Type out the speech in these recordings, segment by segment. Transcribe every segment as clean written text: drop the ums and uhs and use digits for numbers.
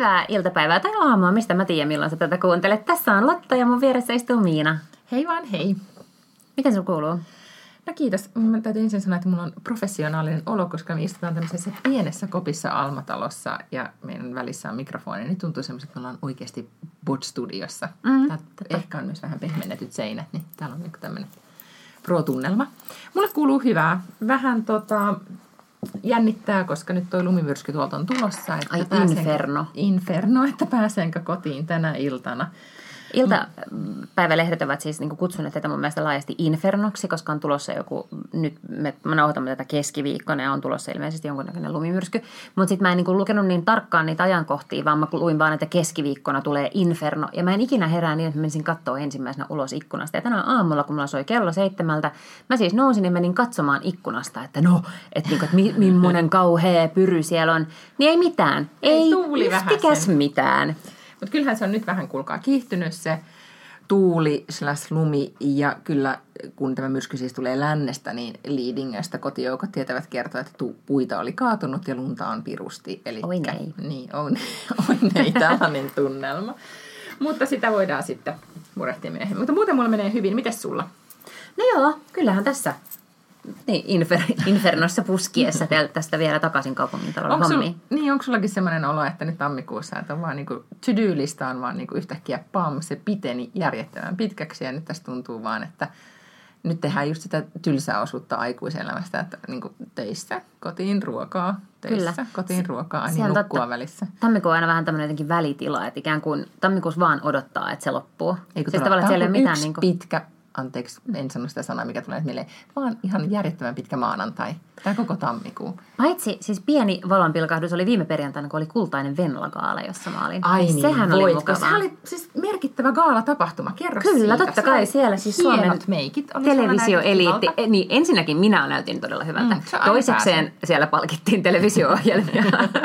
Hyvää iltapäivää tai aamua, mistä mä tiedän milloin sä tätä kuuntelet. Tässä on Lotta ja mun vieressä istuu Miina. Hei vaan hei. Miten sun kuuluu? No kiitos. Mä täytyy ensin sanoa, että mulla on professionaalinen olo, koska me istutaan tämmöisessä pienessä kopissa Almatalossa ja meidän välissä on mikrofoni. Niin tuntuu semmoiset, että me ollaan oikeasti bot-studiossa. Ehkä on myös vähän pehmennetyt seinät, niin täällä on niinku tämmöinen pro-tunnelma. Mulle kuuluu hyvää. Vähän jännittää, koska nyt toi lumimyrsky tuolta on tulossa. Että Inferno, että pääsenkö kotiin tänä iltana. Iltapäivälehdet ovat siis niin kutsuneet tätä mun mielestä laajasti infernoksi, koska on tulossa joku, nyt me nauhoitamme tätä keskiviikkona ja on tulossa ilmeisesti jonkunnäköinen lumimyrsky. Mutta sitten mä en niin lukenut niin tarkkaan niitä ajankohtia, vaan mä luin vaan, että keskiviikkona tulee inferno. Ja mä en ikinä herää niin, että mä menisin katsoa ensimmäisenä ulos ikkunasta. Ja tänään aamulla, kun mulla soi kello 7, mä siis nousin ja menin katsomaan ikkunasta, että millainen kauhea pyry siellä on. Niin ei mitään. Ei yhtikäs mitään. Mutta kyllähän se on nyt vähän, kuulkaa, kiihtynyt se tuuli/lumi ja kyllä kun tämä myrsky siis tulee lännestä, niin Leadingöstä kotijoukot tietävät kertoa, että puita oli kaatunut ja lunta on pirusti. Oi nei. Niin, on nei, tällainen tunnelma. Mutta sitä voidaan sitten murehtia myöhemmin. Mutta muuten mulla menee hyvin. Mites sulla? No joo, kyllähän tässä. Niin, infernossa puskiessa tästä vielä takaisin kaupungintalolla hommiin. Onko sullakin semmoinen olo, että nyt tammikuussa, että on vaan niinku to-do-lista on vaan niinku yhtäkkiä se piteni järjettömän pitkäksi ja nyt tässä tuntuu vaan, että nyt tehdään just sitä tylsää osuutta aikuiselämästä, että niinku töissä, kotiin ruokaa, töissä, kyllä. Kotiin ruokaa, niin nukkua välissä. Tammikuu on aina vähän tämmöinen jotenkin välitila, että ikään kuin tammikuussa vaan odottaa, että se loppuu. Eikö siis tavallaan siellä ei ole mitään pitkä. Anteeksi, en sano sitä sanaa, mikä tulee nyt mieleen, vaan ihan järjettömän pitkä maanantai. Tämä koko tammikuu. Paitsi, siis pieni valonpilkahdus oli viime perjantaina, kun oli kultainen Venla-gaala, jossa mä olin. Ai niin, sehän oli mukavaa. Se oli siis merkittävä gaalatapahtuma. Kerro kyllä, siitä. Totta kai siellä siis Suomen televisioeliitti. Niin, ensinnäkin minä näytin todella hyvältä. Toisekseen siellä palkittiin televisio-ohjelmia.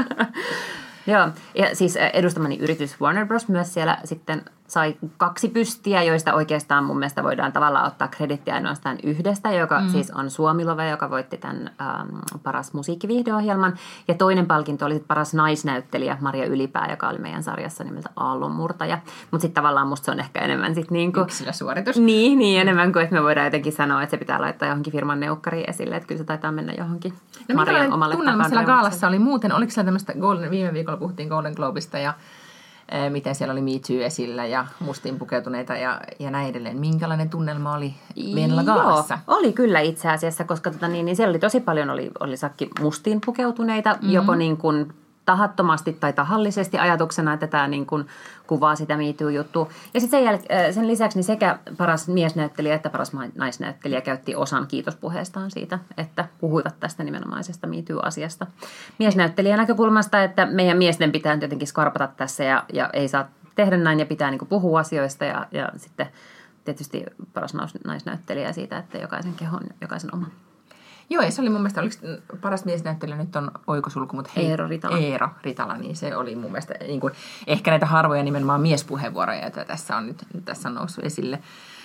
Joo, ja siis edustamani yritys Warner Bros. Myös siellä sitten sai 2 pystiä, joista oikeastaan mun mielestä voidaan tavallaan ottaa kredittiä ainoastaan yhdestä, joka siis on Suomilove, joka voitti tämän paras musiikkiviihdeohjelman. Ja toinen palkinto oli paras naisnäyttelijä Maria Ylipää, joka oli meidän sarjassa nimeltä Aallonmurtaja. Mutta sitten tavallaan musta se on ehkä enemmän sitten niin kuin yksilösuoritus. Niin, enemmän kuin, että me voidaan jotenkin sanoa, että se pitää laittaa johonkin firman neukkariin esille, että kyllä se taitaa mennä johonkin Marian omalle tunnelma siellä gaalassa oli muuten? Oliko siellä tämmöistä, viime viikolla puhuttiin Golden Globesta ja miten siellä oli Me Too esillä ja mustiin pukeutuneita ja näin edelleen. Minkälainen tunnelma oli Venla gaalassa? Oli kyllä itse asiassa, koska niin siellä oli tosi paljon oli sakki mustiin pukeutuneita, joko niin kuin tahattomasti tai tahallisesti ajatuksena, että tämä niin kuin kuvaa sitä Me Too-juttua. Ja sitten sen lisäksi niin sekä paras miesnäyttelijä että paras naisnäyttelijä käytti osan kiitospuheestaan siitä, että puhuivat tästä nimenomaisesta Me Too-asiasta. Miesnäyttelijän näkökulmasta, että meidän miesten pitää jotenkin skarpata tässä ja ei saa tehdä näin ja pitää niin kuin puhua asioista ja sitten tietysti paras naisnäyttelijä siitä, että jokaisen kehon jokaisen oma. Joo, ja se oli mun mielestä, oliko paras miesnäyttelijä nyt on oikosulku, mutta Eero Ritala, niin se oli mun mielestä niin kuin, ehkä näitä harvoja nimenomaan miespuheenvuoroja, joita tässä on noussut esille.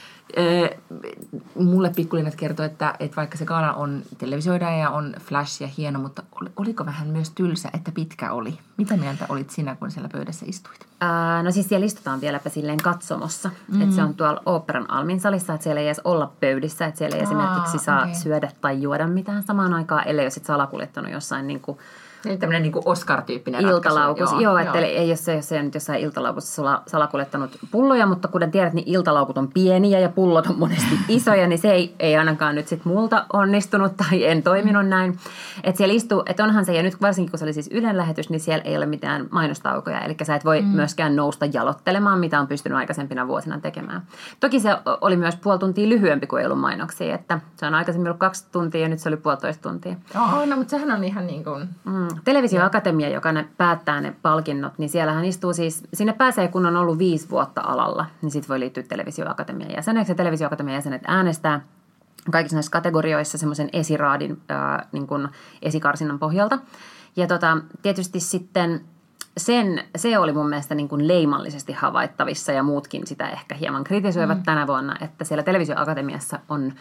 Mulle pikkulinnat kertoi, että vaikka se gaala on televisioida ja on flash ja hieno, mutta oliko vähän myös tylsä, että pitkä oli? Mitä mieltä olit sinä, kun siellä pöydässä istuit? No siis siellä istutaan vieläpä silleen katsomossa. Että se on tuolla Oopperan Almin salissa, että siellä ei edes olla pöydissä. Että siellä ei esimerkiksi saa syödä tai juoda mitään samaan aikaan, ellei ole sitten salakuljettanut jossain niin kuin Eli tämmöinen niin kuin Oscar-tyyppinen iltalaukus. Joo, että ei ole nyt jossain iltalaukussa salakuljettanut pulloja, mutta kuten tiedät, niin iltalaukut on pieniä ja pullot on monesti isoja, niin se ei ainakaan nyt sit multa onnistunut tai en toiminut näin. Että siellä istuu, että onhan se, ja nyt varsinkin kun se oli siis Ylen lähetys, niin siellä ei ole mitään mainostaukoja, eli sä et voi myöskään nousta jalottelemaan, mitä on pystynyt aikaisempina vuosina tekemään. Toki se oli myös puoli tuntia lyhyempi kuin ei ollut mainoksia, että se on aikaisemmin ollut 2 tuntia ja nyt se oli 1,5 tuntia. No, mutta sehän on ihan niin kuin Televisioakatemia, joka päättää ne palkinnot, niin siellähän istuu siis, sinne pääsee kun on ollut 5 vuotta alalla, niin sitten voi liittyä Televisioakatemian jäseneksi ja Televisioakatemian jäsenet äänestää kaikissa näissä kategorioissa semmoisen esiraadin niin kuin esikarsinnan pohjalta. Ja tietysti sitten se oli mun mielestä niin kuin leimallisesti havaittavissa ja muutkin sitä ehkä hieman kritisoivat tänä vuonna, että siellä Televisioakatemiassa on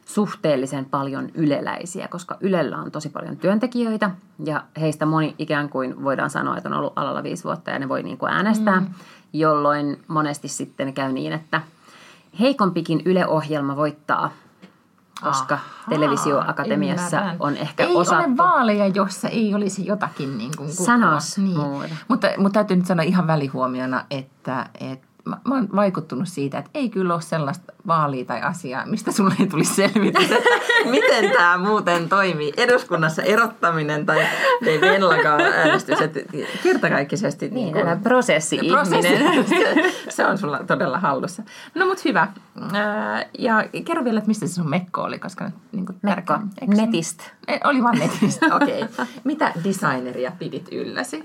suhteellisen paljon yleläisiä, koska Ylellä on tosi paljon työntekijöitä ja heistä moni ikään kuin voidaan sanoa, että on ollut alalla 5 vuotta ja ne voi niin kuin äänestää, jolloin monesti sitten käy niin, että heikompikin Yle-ohjelma voittaa, koska televisioakatemiassa on ehkä osattu. Ei ole vaaleja, jossa ei olisi jotakin niin kuin Sanos niin. Mutta täytyy nyt sanoa ihan välihuomiona, että mä oon vaikuttunut siitä, että ei kyllä ole sellaista vaalia tai asiaa, mistä sulle ei tulisi selvitys, että miten tämä muuten toimii. Eduskunnassa erottaminen tai Venlakaan äänestys, että kertakaikkisesti. Niin tämä prosessi-ihminen. Se on sulla todella hallussa. No mut hyvä. Ja kerro vielä, että mistä se sun mekko oli, koska niin Mekko, netistä. Oli vaan netistä, okei. Okay. Mitä designeria pidit ylläsi?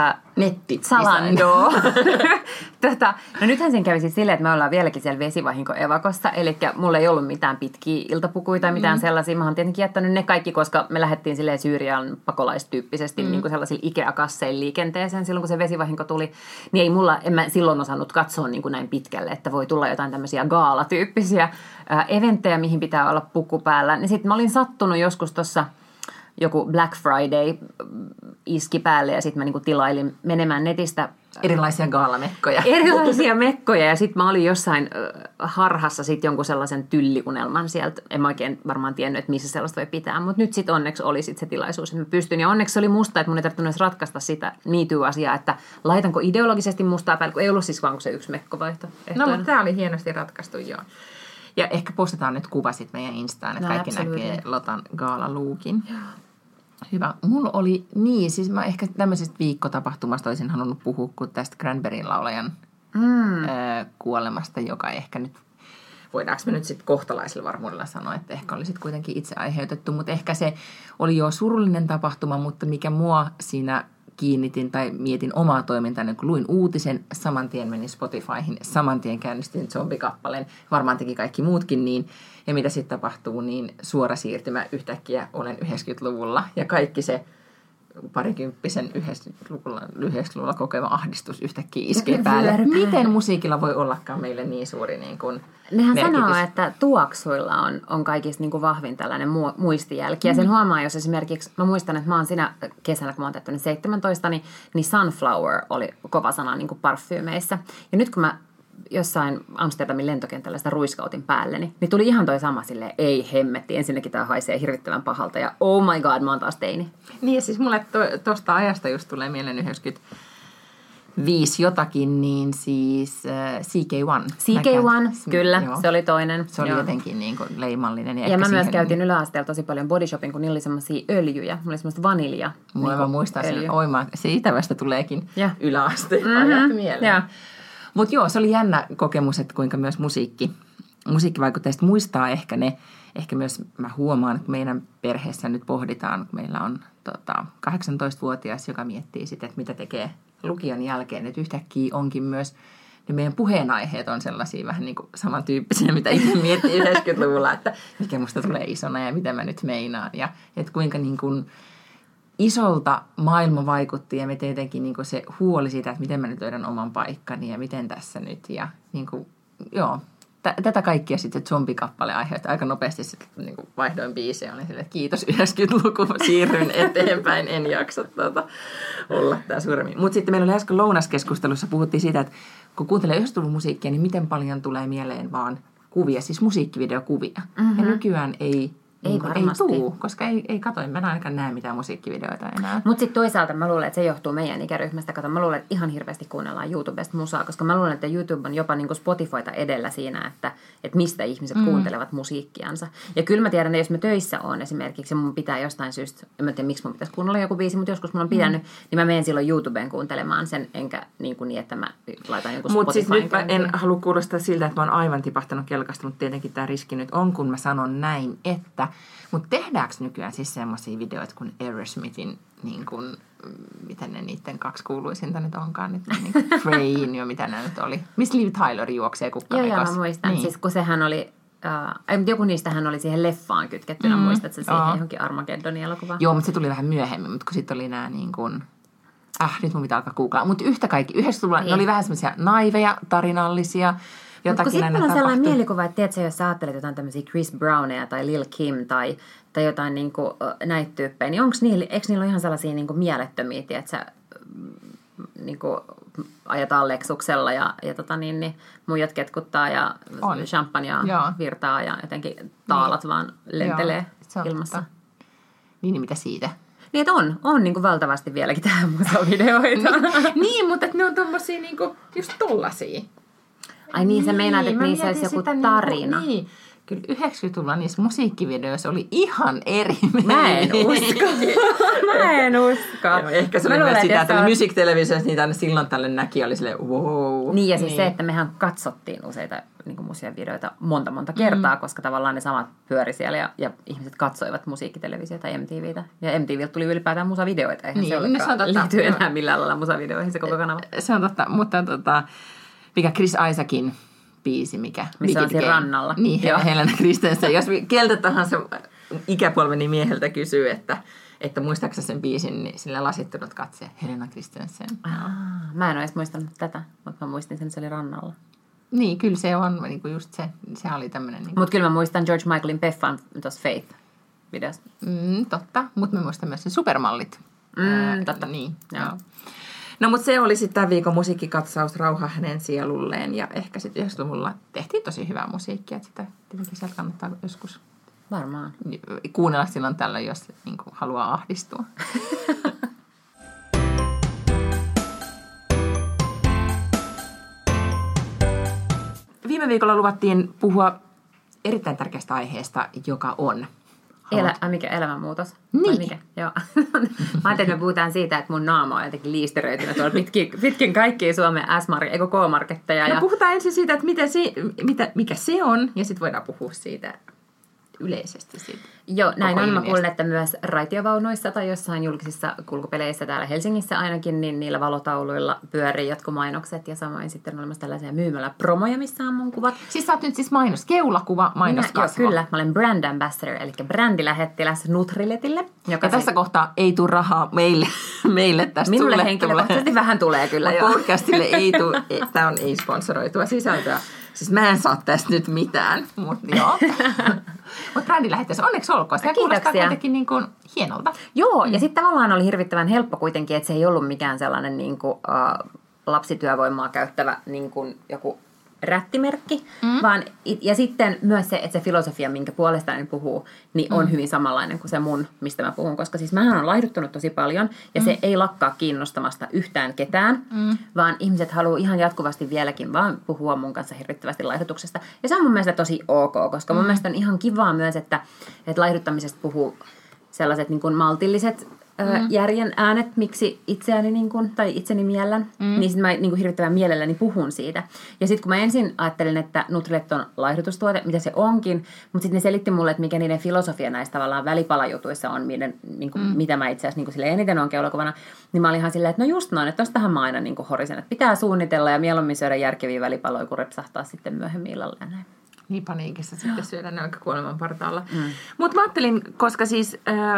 Zalando. No nythän sen kävi siis silleen, että me ollaan vieläkin siellä vesivahinko-evakossa, eli mulla ei ollut mitään pitkiä iltapukuja tai mitään sellaisia. Mä oon tietenkin jättänyt ne kaikki, koska me lähdettiin silleen Syyrian pakolaistyyppisesti niin kuin sellaisilla Ikea-kasseilla liikenteeseen silloin, kun se vesivahinko tuli. Niin en mä silloin osannut katsoa niin kuin näin pitkälle, että voi tulla jotain tämmöisiä gaalatyyppisiä eventtejä, mihin pitää olla puku päällä. Niin sitten mä olin sattunut joskus tuossa joku Black Friday iski päälle ja sitten mä niinku tilailin menemään netistä erilaisia gaalamekkoja. Erilaisia mekkoja ja sitten mä olin jossain harhassa sitten jonkun sellaisen tylliunelman sieltä. En mä oikein varmaan tiennyt, että missä sellaista voi pitää, mutta nyt sitten onneksi oli sit se tilaisuus, että mä pystyn. Ja onneksi se oli musta, että mun ei tarvinnut edes ratkaista sitä MeToo-asiaa, että laitanko ideologisesti mustaa päälle, kun ei ollut siis vaan se yksi mekkovaihto. No, mutta tämä oli hienosti ratkaistu, joo. Ja ehkä postataan nyt kuva sitten meidän Instaan, että kaikki näkee Lotan gaalaluukin. Hyvä. Mulla oli siis mä ehkä tämmöisestä viikkotapahtumasta olisin halunnut puhua kuin tästä Cranberryn laulajan kuolemasta, joka ehkä nyt, voidaanko me nyt sitten kohtalaisella varmuudella sanoa, että ehkä oli sitten kuitenkin itse aiheutettu, mutta ehkä se oli jo surullinen tapahtuma, mutta mikä mua siinä kiinnitin tai mietin omaa toimintaa, kun luin uutisen, saman tien menin Spotifyhin, saman tien käynnistin zombikappaleen, varmaan teki kaikki muutkin niin, ja mitä sitten tapahtuu, niin suora siirtymä yhtäkkiä olen 90-luvulla, ja kaikki se parikymppisen 90-luvulla kokema ahdistus yhtäkkiä iskee päälle. Miten musiikilla voi ollakaan meille niin suuri niin kuin nehän merkitys? Sanoo, että tuoksuilla on kaikista niin kuin vahvin tällainen muistijälki. Ja sen huomaa, jos esimerkiksi, mä muistan, että mä oon siinä kesänä, kun mä oon täyttänyt 17, niin Sunflower oli kova sana niin kuin parfyymeissä. Ja nyt kun mä jossain Amsterdamin lentokentällä sitä ruiskautin päälle, niin tuli ihan toi sama silleen, ei hemmetti. Ensinnäkin tää haisee hirvittävän pahalta ja oh my god, mä oon taas teini. Niin ja siis mulle tosta ajasta just tulee mieleen 95 jotakin, niin siis CK1. CK1, kyllä, joo. Se oli toinen. Se oli jotenkin niin kuin leimallinen. Ja mä myös käytin yläasteella tosi paljon Body Shopin, kun niillä oli semmosia öljyjä. Mulla oli semmoista vanilja. Mulla mä muistan sen, siitä vasta tuleekin yläasteen ajat mieleen. Mutta joo, se oli jännä kokemus, että kuinka myös musiikkivaikutteista muistaa ehkä myös mä huomaan, että meidän perheessä nyt pohditaan, kun meillä on 18-vuotias, joka miettii sitten, että mitä tekee lukion jälkeen, että yhtäkkiä onkin myös, ne meidän puheenaiheet on sellaisia vähän niin kuin samantyyppisiä, mitä itse miettii 90-luvulla, että mikä musta tulee isona ja mitä mä nyt meinaan ja että kuinka niin kuin isolta maailma vaikutti ja me tietenkin niin kuin se huoli siitä, että miten mä nyt löydän oman paikkani ja miten tässä nyt. Ja niin kuin, joo, tätä kaikkia sitten zombikappale aiheuttaa aika nopeasti sitten niin kuin vaihdoin biisejä. Olin silleen, että kiitos 90-luku, siirryn eteenpäin, en jaksa olla tää suuremmin. Mutta sitten meillä oli äsken lounaskeskustelussa, puhuttiin siitä, että kun kuuntelee 90-luvun musiikkia, niin miten paljon tulee mieleen vaan kuvia, siis musiikkivideokuvia. Ja nykyään ei tuu, koska ei katso, mä en ainakaan näe mitään musiikkivideoita enää. Mutta sitten toisaalta mä luulen, että se johtuu meidän ikäryhmästä. Kato, mä luulen, että ihan hirveästi kuunnellaan YouTubesta musaa, koska mä luulen, että YouTube on jopa niinku Spotifyta edellä siinä, että mistä ihmiset kuuntelevat musiikkiansa. Ja kyllä mä tiedän, että jos mä töissä oon esimerkiksi, ja mun pitää jostain syystä, en mä tiedä miksi mun pitäisi kuunnella joku biisi, mutta joskus mun on pitänyt, niin mä menen silloin YouTubeen kuuntelemaan sen, enkä niin, että mä laitan jonkun Spotifyn. Mutta siis nyt mä en halua kuulostaa siltä, että mä oon aivan tipahtanut kelkasta, mutta tietenkin tämä riski nyt on, kun mä sanon näin, että mutta tehdäänkö nykyään siis semmoisia videoita kuin Aerosmithin, niin kuin, miten ne niiden 2 kuuluisinta nyt onkaan, nyt, niin kuin Train ja mitä nämä nyt oli. Miss Liv Tyler juoksee kukkamekossa. Joo, mä muistan. Niin. Siis kun sehän oli, joku niistähän oli siihen leffaan kytkettynä, muistatko se siihen johonkin Armageddonin elokuvaan? Joo, mutta se tuli vähän myöhemmin, mutta kun sitten oli nämä niin kuin, nyt mun pitää alkaa googlaa. Mutta yhtä kaikki, 90-luvulla ne oli vähän semmoisia naiveja, tarinallisia, jotakin sitten aina on tapahtuu. sellainen mielikuva, että tiedätkö, jos sä ajattelet jotain tämmöisiä Chris Browneja tai Lil Kim tai jotain niin kuin, näitä tyyppejä, niin eikö niillä ole ihan sellaisia niin kuin mielettömiä, tiedätkö, niin kuin ajetaan Lexuksella ja niin, muijat ketkuttaa ja champagnea virtaa ja jotenkin taalat vaan lentelee ilmassa. Niin, mitä siitä? Niin, että on niin kuin valtavasti vieläkin tähän musavideoita. Niin, mutta ne on tommosia niin kuin just tollasia. Ai niin, sä meinaat, että niissä olisi joku tarina. Niin. Kyllä 90-luvulla niissä musiikkivideoissa oli ihan eri. Mä en usko. Ehkä se oli myös sitä, että oli Music Televisiossa, niitä aina silloin tälle näki, oli silleen wow. Niin, ja siis se, että mehän katsottiin useita niin kuin musiikkivideoita monta kertaa, koska tavallaan ne samat pyöri siellä ja ihmiset katsoivat musiikkitelevisiota ja MTVtä. Ja MTVltä tuli ylipäätään musavideoita, eihän se olekaan liittyy enää millään lailla musavideoihin se koko kanava. Se on totta, mutta mikä Chris Isaacin biisi, missä on siinä rannalla. Niin, Helena Christensen. Jos keltä tahansa ikäpolveni mieheltä kysyy, että muistaaksä sen biisin, niin sillä lasittunut katse Helena Christensen. Mä en ole edes muistanut tätä, mutta mä muistin sen, että se oli rannalla. Niin, kyllä se on niinku just se. Se oli tämmöinen. Niinku... Mutta kyllä mä muistan George Michaelin Peffan tuossa Faith-videossa. Totta, mutta mä muistan myös se Supermallit. Totta. Niin, joo. No, mutta se oli sitten tämän viikon musiikkikatsaus Rauha hänen sielulleen. Ja ehkä sitten 90-luvulla tehtiin tosi hyvää musiikkia. Että sitä tietenkin sieltä kannattaa joskus varmaan kuunnella silloin tällöin, jos niin kuin haluaa ahdistua. Viime viikolla luvattiin puhua erittäin tärkeästä aiheesta, joka on... mikä elämänmuutos? Niin. Mikä? Joo. Mä ajattelin, että me puhutaan siitä, että mun naama on jotenkin liisteröitynyt tuolla pitkin kaikkia Suomen K-marketteja. No puhutaan ensin siitä, että mikä se on, ja sitten voidaan puhua siitä yleisesti. Siitä joo, näin on. Mä kuulen, että myös raitiovaunuissa tai jossain julkisissa kulkupeleissä täällä Helsingissä ainakin, niin niillä valotauluilla pyörii jotkut mainokset. Ja samoin sitten on olemassa tällaisia myymäläpromoja, missä on mun kuvat. Siis sä oot nyt siis keulakuva, mainoskasvo. Joo, kyllä. Mä olen brand ambassador, eli brändilähettiläs Nutriletille. Ja tässä kohtaa ei tule rahaa meille tästä. Minulle henkilökohtaisesti vähän tulee kyllä. Podcastille ei tule, tämä on ei-sponsoroitua sisältöä. Siis mä en saa tästä nyt mitään, mutta joo. Mutta brändilähetteessä onneksi olkoon. Se kuulostaa kuitenkin niin kuin hienolta. Joo, ja sitten tavallaan oli hirvittävän helppo kuitenkin, että se ei ollut mikään sellainen niin kuin, lapsityövoimaa käyttävä niin kuin joku rättimerkki, vaan, ja sitten myös se, että se filosofia, minkä puolestaan puhuu, niin on hyvin samanlainen kuin se mun, mistä mä puhun, koska siis mähän on laihduttunut tosi paljon, ja se ei lakkaa kiinnostamasta yhtään ketään, vaan ihmiset haluaa ihan jatkuvasti vieläkin vaan puhua mun kanssa hirvittävästi laihdutuksesta, ja se on mun mielestä tosi ok, koska mun mielestä on ihan kivaa myös, että laihduttamisesta puhuu sellaiset niin kuin maltilliset järjen äänet, miksi itseäni niin kuin, tai itseni miellän, niin sitten mä niin kuin hirvittävän mielelläni puhun siitä. Ja sitten kun mä ensin ajattelin, että Nutrilett on laihdutustuote, mitä se onkin, mutta sitten ne selitti mulle, että mikä niiden filosofia näistä tavallaan välipalajutuissa on, niin kuin, mitä mä itse asiassa niin kuin eniten on keulakuvana, niin mä olin ihan silleen, että no just noin, että tostahan mä aina niin kuin horisen, että pitää suunnitella ja mieluummin syödä järkeviä välipaloja, kun repsahtaa sitten myöhemmin illalla ja näin. Niin paniikissa sitten syödään ne aika kuoleman partaalla. Mutta mä ajattelin, koska siis...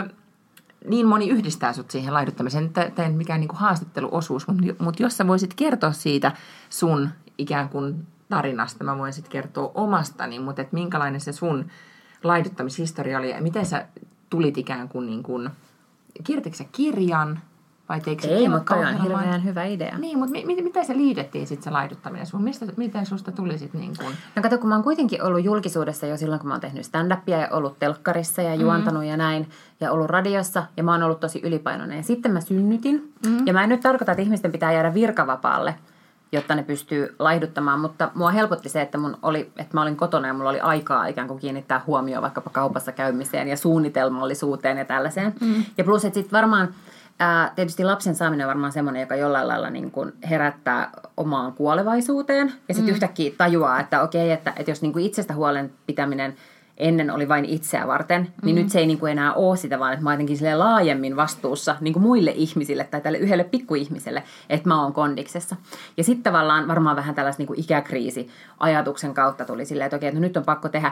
niin moni yhdistää sut siihen laihduttamiseen. Tämä ei mikään niinku haastatteluosuus, mutta jos sä voisit kertoa siitä sun ikään kuin tarinasta, mä voin sitten kertoa omastani, mutta et minkälainen se sun laihduttamishistoria oli ja miten sä tulit ikään kuin kirjoititko sä kirjan vai teikö ei, mutta toi on hirveän hyvä idea. Niin, mutta miten se liitettiin sitten se laiduttaminen? Miten susta tuli sitten niin kuin... No kato, kun mä oon kuitenkin ollut julkisuudessa jo silloin, kun mä oon tehnyt stand-upia ja ollut telkkarissa ja juontanut ja näin, ja ollut radiossa, ja mä oon ollut tosi ylipainoinen. Ja sitten mä synnytin, ja mä en nyt tarkoita, että ihmisten pitää jäädä virkavapaalle, jotta ne pystyy laihduttamaan, mutta mua helpotti se, että mä olin kotona ja mulla oli aikaa ikään kuin kiinnittää huomioon vaikkapa kaupassa käymiseen ja suunnitelmallisuuteen ja tällaiseen. Ja plus, että sitten varmaan... tietysti lapsen saaminen on varmaan semmoinen, joka jollain lailla niin kuin herättää omaan kuolevaisuuteen. Ja sitten yhtäkkiä tajuaa, että okei, että jos niin kuin itsestä huolen pitäminen ennen oli vain itseä varten, niin nyt se ei niin kuin enää ole sitä, vaan että mä oon jotenkin laajemmin vastuussa niin kuin muille ihmisille tai tälle yhdelle pikkuihmiselle, että mä oon kondiksessa. Ja sitten tavallaan varmaan vähän tällaista niin kuin ikäkriisi-ajatuksen kautta tuli silleen, että okei, että no nyt on pakko tehdä.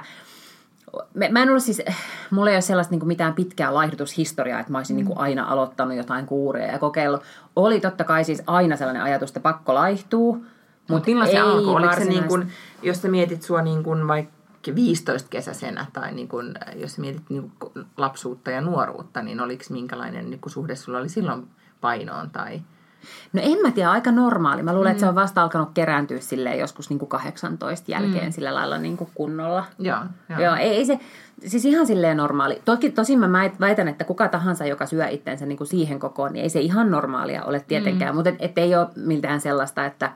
Mä en ollut siis, mulla ei ole sellaista niin kuin mitään pitkää laihdutushistoriaa, että mä olisin niin kuin aina aloittanut jotain kuuria ja kokeillut. Oli totta kai siis aina sellainen ajatus, että pakko laihtuu. Mutta milloin se alkoi? Oliko se niin kuin, jos sä mietit sua niin kuin vaikka 15-kesäisenä tai niin kuin, jos mietit niin kuin lapsuutta ja nuoruutta, niin oliko minkälainen niin kuin suhde sulla oli silloin painoon? Tai... No en mä tiedä, aika normaali. Mä luulen, että se on vasta alkanut kerääntyä silleen joskus niin kuin 18 jälkeen sillä lailla niin kuin kunnolla. Joo, ei se, siis ihan silleen normaali. Tosin mä väitän, että kuka tahansa, joka syö itsensä niin kuin siihen kokoon, niin ei se ihan normaalia ole tietenkään. Mutta et ei ole miltään sellaista, että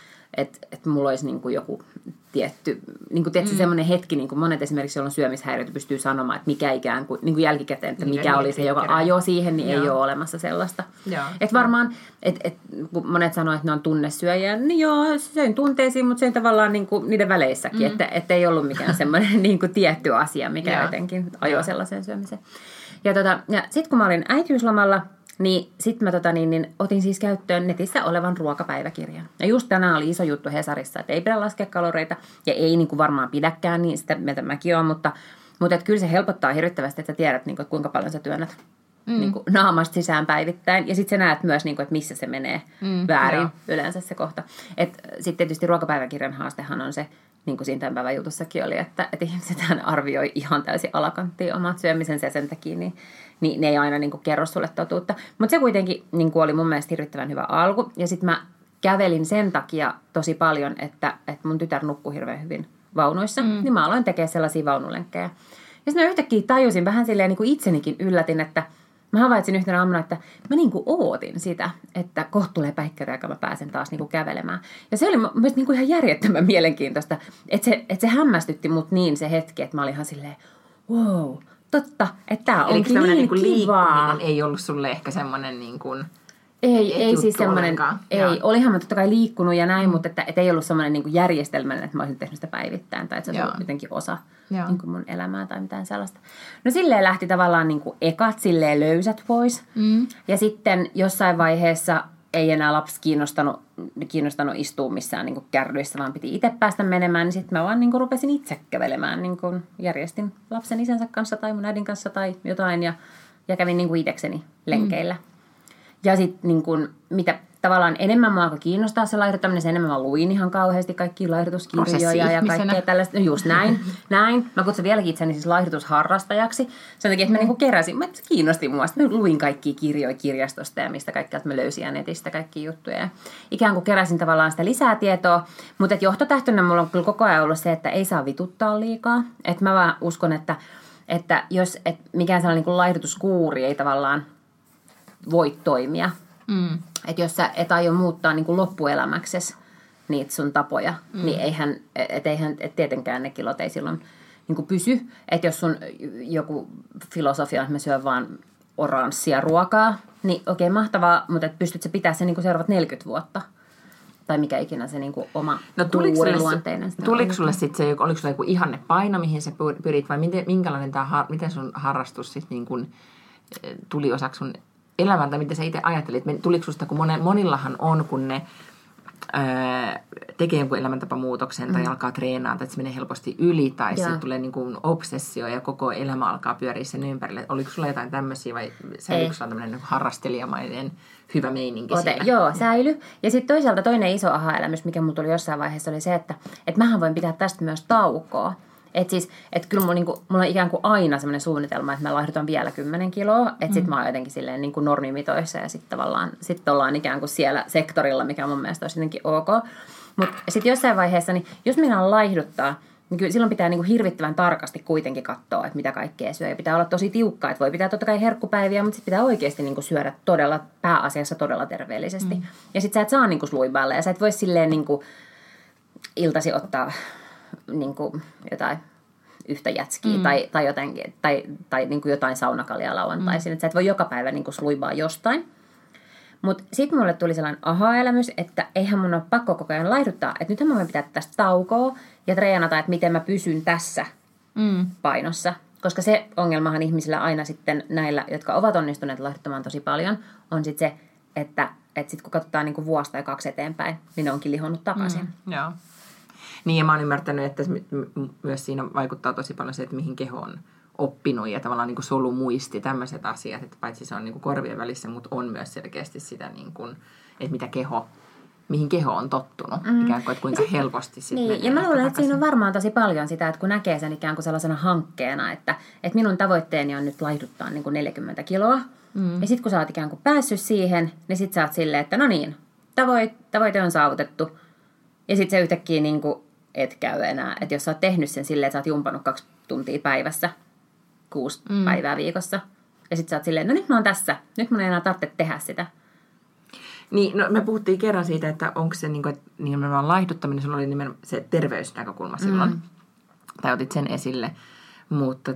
mulla olisi niin kuin joku tietty, niin kuin tietysti semmoinen hetki, niin kuin monet esimerkiksi, joilla on syömishäiriöitä, pystyy sanomaan, että mikä ikään kuin, niin kuin jälkikäteen, että mikä oli se, joka ajoi siihen, niin ei ole olemassa sellaista. Että varmaan, kun monet sanoo, että ne on tunnesyöjiä, niin joo, söin tunteisiin, mutta söin tavallaan niin kuin niiden väleissäkin, että ei ollut mikään semmoinen niin kuin tietty asia, mikä jotenkin ajoi sellaiseen syömiseen. Ja sitten kun mä olin äitiyslomalla, niin sitten mä otin siis käyttöön netissä olevan ruokapäiväkirjan. Ja just tänään oli iso juttu Hesarissa, että ei pidä laskea kaloreita ja ei niin kuin varmaan pidäkään, niin sitä mieltä mäkin olen, mutta että kyllä se helpottaa hirvittävästi, että sä tiedät, niin kuin, että kuinka paljon sä työnnät niin kuin naamasta sisään päivittäin. Ja sitten sä näet myös, niin kuin, että missä se menee väärin yleensä se kohta. Sitten tietysti ruokapäiväkirjan haastehan on se, niin kuin siinä tämän päivän jutussakin oli, että ihmisethän arvioi ihan täysin alakanttiin omat syömisensä ja sen takia, niin ne ei aina niin kuin kerro sulle totuutta. Mutta se kuitenkin niin kuin oli mun mielestä hirvittävän hyvä alku. Ja sitten mä kävelin sen takia tosi paljon, että mun tytär nukkui hirveän hyvin vaunuissa. Niin mä aloin tekemään sellaisia vaunulenkkejä. Ja sitten mä yhtäkkiä tajusin vähän silleen niin kuin itsenikin yllätin, että mä havaitsin yhtenä aamuna, että mä niin kuin ootin sitä, että kohta tulee päikkäri, joka mä pääsen taas niin kuin kävelemään. Ja se oli myös niin kuin ihan järjettömän mielenkiintoista, että se hämmästytti mut niin se hetki, että mä olin ihan silleen, wow, totta, että tää onkin niin kivaa. Liikkuminen ei ollut sulle ehkä semmoinen niin kuin... Ei siis semmoinen, olihan mä totta kai liikkunut ja näin, mutta että ei ollut semmoinen niin kuin järjestelmällinen, että mä olisin tehnyt sitä päivittäin tai että se olisi jotenkin osa niin kuin mun elämää tai mitään sellaista. No silleen lähti tavallaan niin kuin ekat silleen löysät pois ja sitten jossain vaiheessa ei enää lapsi kiinnostanut istua missään niin kuin kärryissä, vaan piti itse päästä menemään, niin sitten mä vaan niin kuin rupesin itse kävelemään, niin kuin järjestin lapsen isänsä kanssa tai mun äidin kanssa tai jotain ja kävin niin kuin itsekseni lenkeillä. Ja sitten niin kun, mitä tavallaan enemmän mua alkoi kiinnostaa se laihduttaminen, sen enemmän mä luin ihan kauheasti kaikkia laihdutuskirjoja ja kaikkea tällaista. No just näin. Mä kutsun vieläkin itseni siis laihdutusharrastajaksi. Sen takia, että mä niinku keräsin, mä kiinnosti mua. Sitten mä luin kaikkia kirjoja kirjastosta ja mistä kaikkea mä löysin ja netistä kaikkia juttuja. Ja ikään kuin keräsin tavallaan sitä lisää tietoa. Mutta johtotähtönä mulla on kyllä koko ajan ollut se, että ei saa vituttaa liikaa. Että mä vaan uskon, että jos mikään sellainen niin kuin laihdutuskuuri ei tavallaan voi toimia. Että jos sä et aio muuttaa niin kuin loppuelämäksesi niitä sun tapoja, niin eihän tietenkään ne kilot ei silloin niin kuin pysy. Että jos sun joku filosofia on, että mä syön vaan oranssia ruokaa, niin okei, mahtavaa, mutta et pystyt sä pitää sen niin kuin seuraavat 40 vuotta. Tai mikä ikinä se niin kuin oma tuuriluonteinen. Tuliko sulle sitten se, oliko sulla joku ihanne paino, mihin sä pyrit, vai minkälainen miten sun harrastus sitten niin kuin tuli osaksi sun elämään, tai mitä sä itse ajattelit? Tuliko susta, kun monillahan on, kun ne tekee jonkun elämäntapamuutoksen tai alkaa treenaa, tai että se menee helposti yli, tai sitten tulee niin kuin obsessio ja koko elämä alkaa pyöriä sen ympärille. Oliko sulla jotain tämmöisiä, vai säilyykö sulla tämmöinen harrastelijamainen hyvä meininki siellä? Joo, säily. Ja sitten toisaalta toinen iso aha-elämys, mikä mulla tuli jossain vaiheessa, oli se, että mähän voin pitää tästä myös taukoa. Että kyllä mulla on ikään kuin aina semmoinen suunnitelma, että mä laihdutan vielä 10 kiloa. Että sit mä oon jotenkin silleen niin kuin normimitoissa ja sitten tavallaan ollaan ikään kuin siellä sektorilla, mikä mun mielestä olisi jotenkin ok. Mutta sitten jossain vaiheessa, niin jos minä laihduttaa, niin kyllä silloin pitää niin kuin hirvittävän tarkasti kuitenkin katsoa, että mitä kaikkea syö. Ja pitää olla tosi tiukkaa, että voi pitää totta kai herkkupäiviä, mutta sitten pitää oikeasti niin kuin syödä pääasiassa todella terveellisesti. Ja sitten sä et saa niin kuin sluibailla ja sä et voi silleen niin kuin iltasi ottaa niin kuin jotain yhtä jätskiä tai jotenkin, tai niin kuin jotain saunakaljaa lauantaisin. Että sä et voi joka päivä niin kuin sluibaa jostain. Mutta sitten mulle tuli sellainen aha-elämys, että eihän mun ole pakko koko ajan laihduttaa. Että nythän mä voin pitää tästä taukoa ja treenata, että miten mä pysyn tässä painossa. Koska se ongelmahan ihmisillä aina sitten näillä, jotka ovat onnistuneet laihduttamaan tosi paljon, on sitten se, että sitten kun katsotaan niin kuin vuosi tai 2 eteenpäin, niin ne onkin lihonnut takaisin. Joo. Niin, ja mä oon ymmärtänyt, että myös siinä vaikuttaa tosi paljon se, että mihin keho on oppinut ja tavallaan niin kuin solumuisti, tämmöiset asiat, että paitsi se on niin kuin korvien välissä, mutta on myös selkeästi sitä, niin kuin, että mitä keho mihin keho on tottunut. Ikään kuin, että kuinka helposti sitten niin, ja mä luulen, että siinä on varmaan tosi paljon sitä, että kun näkee sen ikään kuin sellaisena hankkeena, että minun tavoitteeni on nyt laihduttaa niin kuin 40 kiloa. Ja sitten kun sä oot ikään kuin päässyt siihen, niin sit sä oot silleen, että no niin, tavoite on saavutettu. Ja sit se yhtäkkiä niin kuin et käy enää. Että jos sä oot tehnyt sen silleen, että sä oot jumpannut 2 tuntia päivässä, 6 päivää viikossa. Ja sit sä oot silleen, no nyt mä oon tässä. Nyt mun ei enää tarvitse tehdä sitä. Niin, no me puhuttiin kerran siitä, että onko se niin kuin, että nimenomaan laihduttaminen, sulla oli nimenomaan se terveysnäkökulma silloin. Tai otit sen esille. Mutta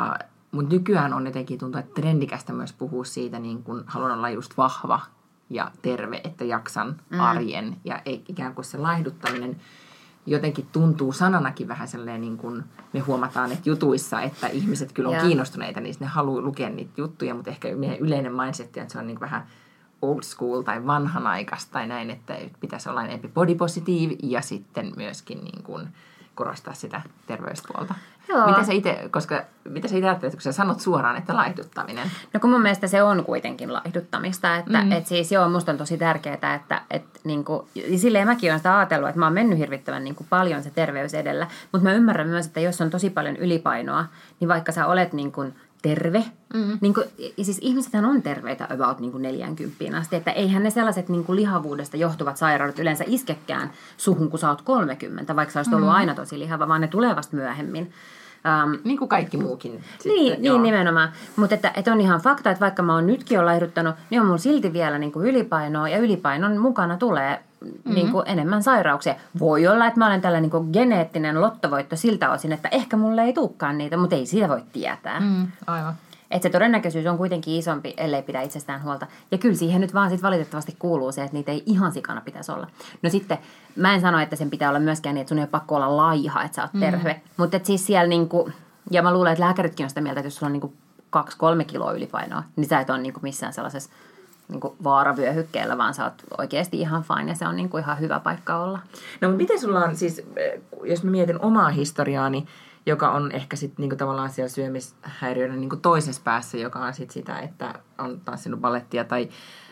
nykyään on jotenkin tuntuu, että trendikästä myös puhua siitä, niin kun haluan olla just vahva ja terve, että jaksan arjen. Ja ikään kuin se laihduttaminen jotenkin tuntuu sananakin vähän sellainen, niin kuin me huomataan, että jutuissa, että ihmiset kyllä on kiinnostuneita, niin ne haluaa lukea niitä juttuja, mutta ehkä meidän yleinen mindset, että se on niin vähän old school tai vanhanaikaista tai näin, että pitäisi olla enempi body positive ja sitten myöskin niin kuin korostaa sitä terveyspuolta. Mitä sä itse ajattelet, kun sä sanot suoraan, että laihduttaminen? No kun mun mielestä se on kuitenkin laihduttamista. Että siis musta on tosi tärkeää, että niinku, silleen mäkin olen sitä ajatellut, että mä oon mennyt hirvittävän niinku paljon se terveys edellä. Mutta mä ymmärrän myös, että jos on tosi paljon ylipainoa, niin vaikka sä olet niinku terve, niinku, siis ihmisethän on terveitä about niinku 40 asti, että eihän ne sellaiset niinku lihavuudesta johtuvat sairaudet yleensä iskekään suhun, kun sä oot 30, vaikka sä olisit ollut aina tosi lihava, vaan ne tulee vasta myöhemmin. Niin kuin kaikki muukin. Niin nimenomaan. Mutta että on ihan fakta, että vaikka mä oon nytkin jo laihduttanut, niin on mulla silti vielä niinku ylipainoa, ja ylipainon mukana tulee niinku enemmän sairauksia. Voi olla, että mä olen tällä niinku geneettinen lottovoitto siltä osin, että ehkä mulle ei tulekaan niitä, mutta ei sitä voi tietää. Aivan. Että se todennäköisyys on kuitenkin isompi, ellei pidä itsestään huolta. Ja kyllä siihen nyt vaan sit valitettavasti kuuluu se, että niitä ei ihan sikana pitäisi olla. No sitten, mä en sano, että sen pitää olla myöskään niin, että sun ei ole pakko olla laiha, että sä oot terve. Mutta siis siellä niinku, ja mä luulen, että lääkäritkin on sitä mieltä, että jos sulla on niinku 2-3 kiloa ylipainoa, niin sä et ole niinku missään sellaisessa niinku vaaravyöhykkeellä, vaan sä oot oikeasti ihan fine ja se on niinku ihan hyvä paikka olla. No mutta miten sulla on siis, jos mä mietin omaa historiaani, joka on ehkä sitten niinku tavallaan siellä syömishäiriöiden niinku toisessa päässä, joka on sitten sitä, että on tanssinut ballettia tai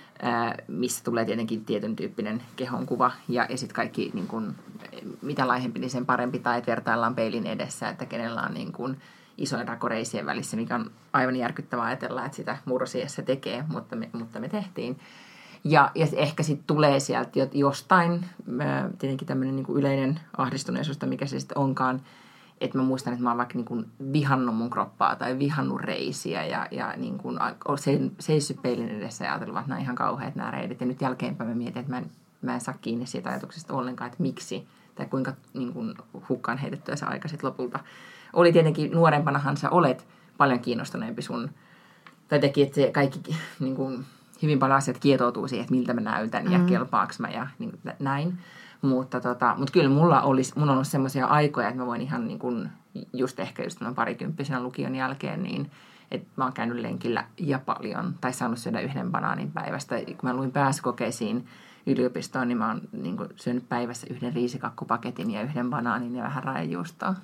missä tulee tietenkin tietyn tyyppinen kehonkuva ja sitten kaikki niinku, mitä laihempi, niin sen parempi, tai että vertaillaan peilin edessä, että kenellä on niinku isoin rako reisien välissä, mikä on aivan järkyttävää ajatella, että sitä murrosiässä tekee, mutta me tehtiin. Ja ehkä sitten tulee sieltä jostain, tietenkin tämmöinen niinku yleinen ahdistuneisuus, mikä se sitten onkaan, että mä muistan, että mä oon vaikka niin vihannut mun kroppaa tai vihannut reisiä ja niin kuin seissyt peilin edessä ja ajatellut, että nämä on ihan kauheat nämä reidit. Ja nyt jälkeenpäin mä mietin, että mä en saa kiinni siitä ajatuksesta ollenkaan, että miksi tai kuinka niin kuin hukkaan heitettyä se aika sitten lopulta. Oli tietenkin nuorempanahan sä olet paljon kiinnostuneempi sun, tai teki, että se kaikki niin kuin, hyvin paljon asiat kietoutuu siihen, että miltä mä näytän ja kelpaaks mä ja niin näin. Mutta kyllä mulla on ollut semmoisia aikoja, että mä voin ihan niin kuin, just parikymppisenä lukion jälkeen, niin että mä oon käynyt lenkillä ja paljon, tai saanut syödä 1 banaanin päivästä. Kun mä luin pääsykokeisiin yliopistoon, niin mä oon niin kuin, syönyt päivässä 1 riisikakkupaketin ja 1 banaanin ja vähän raejuustoa.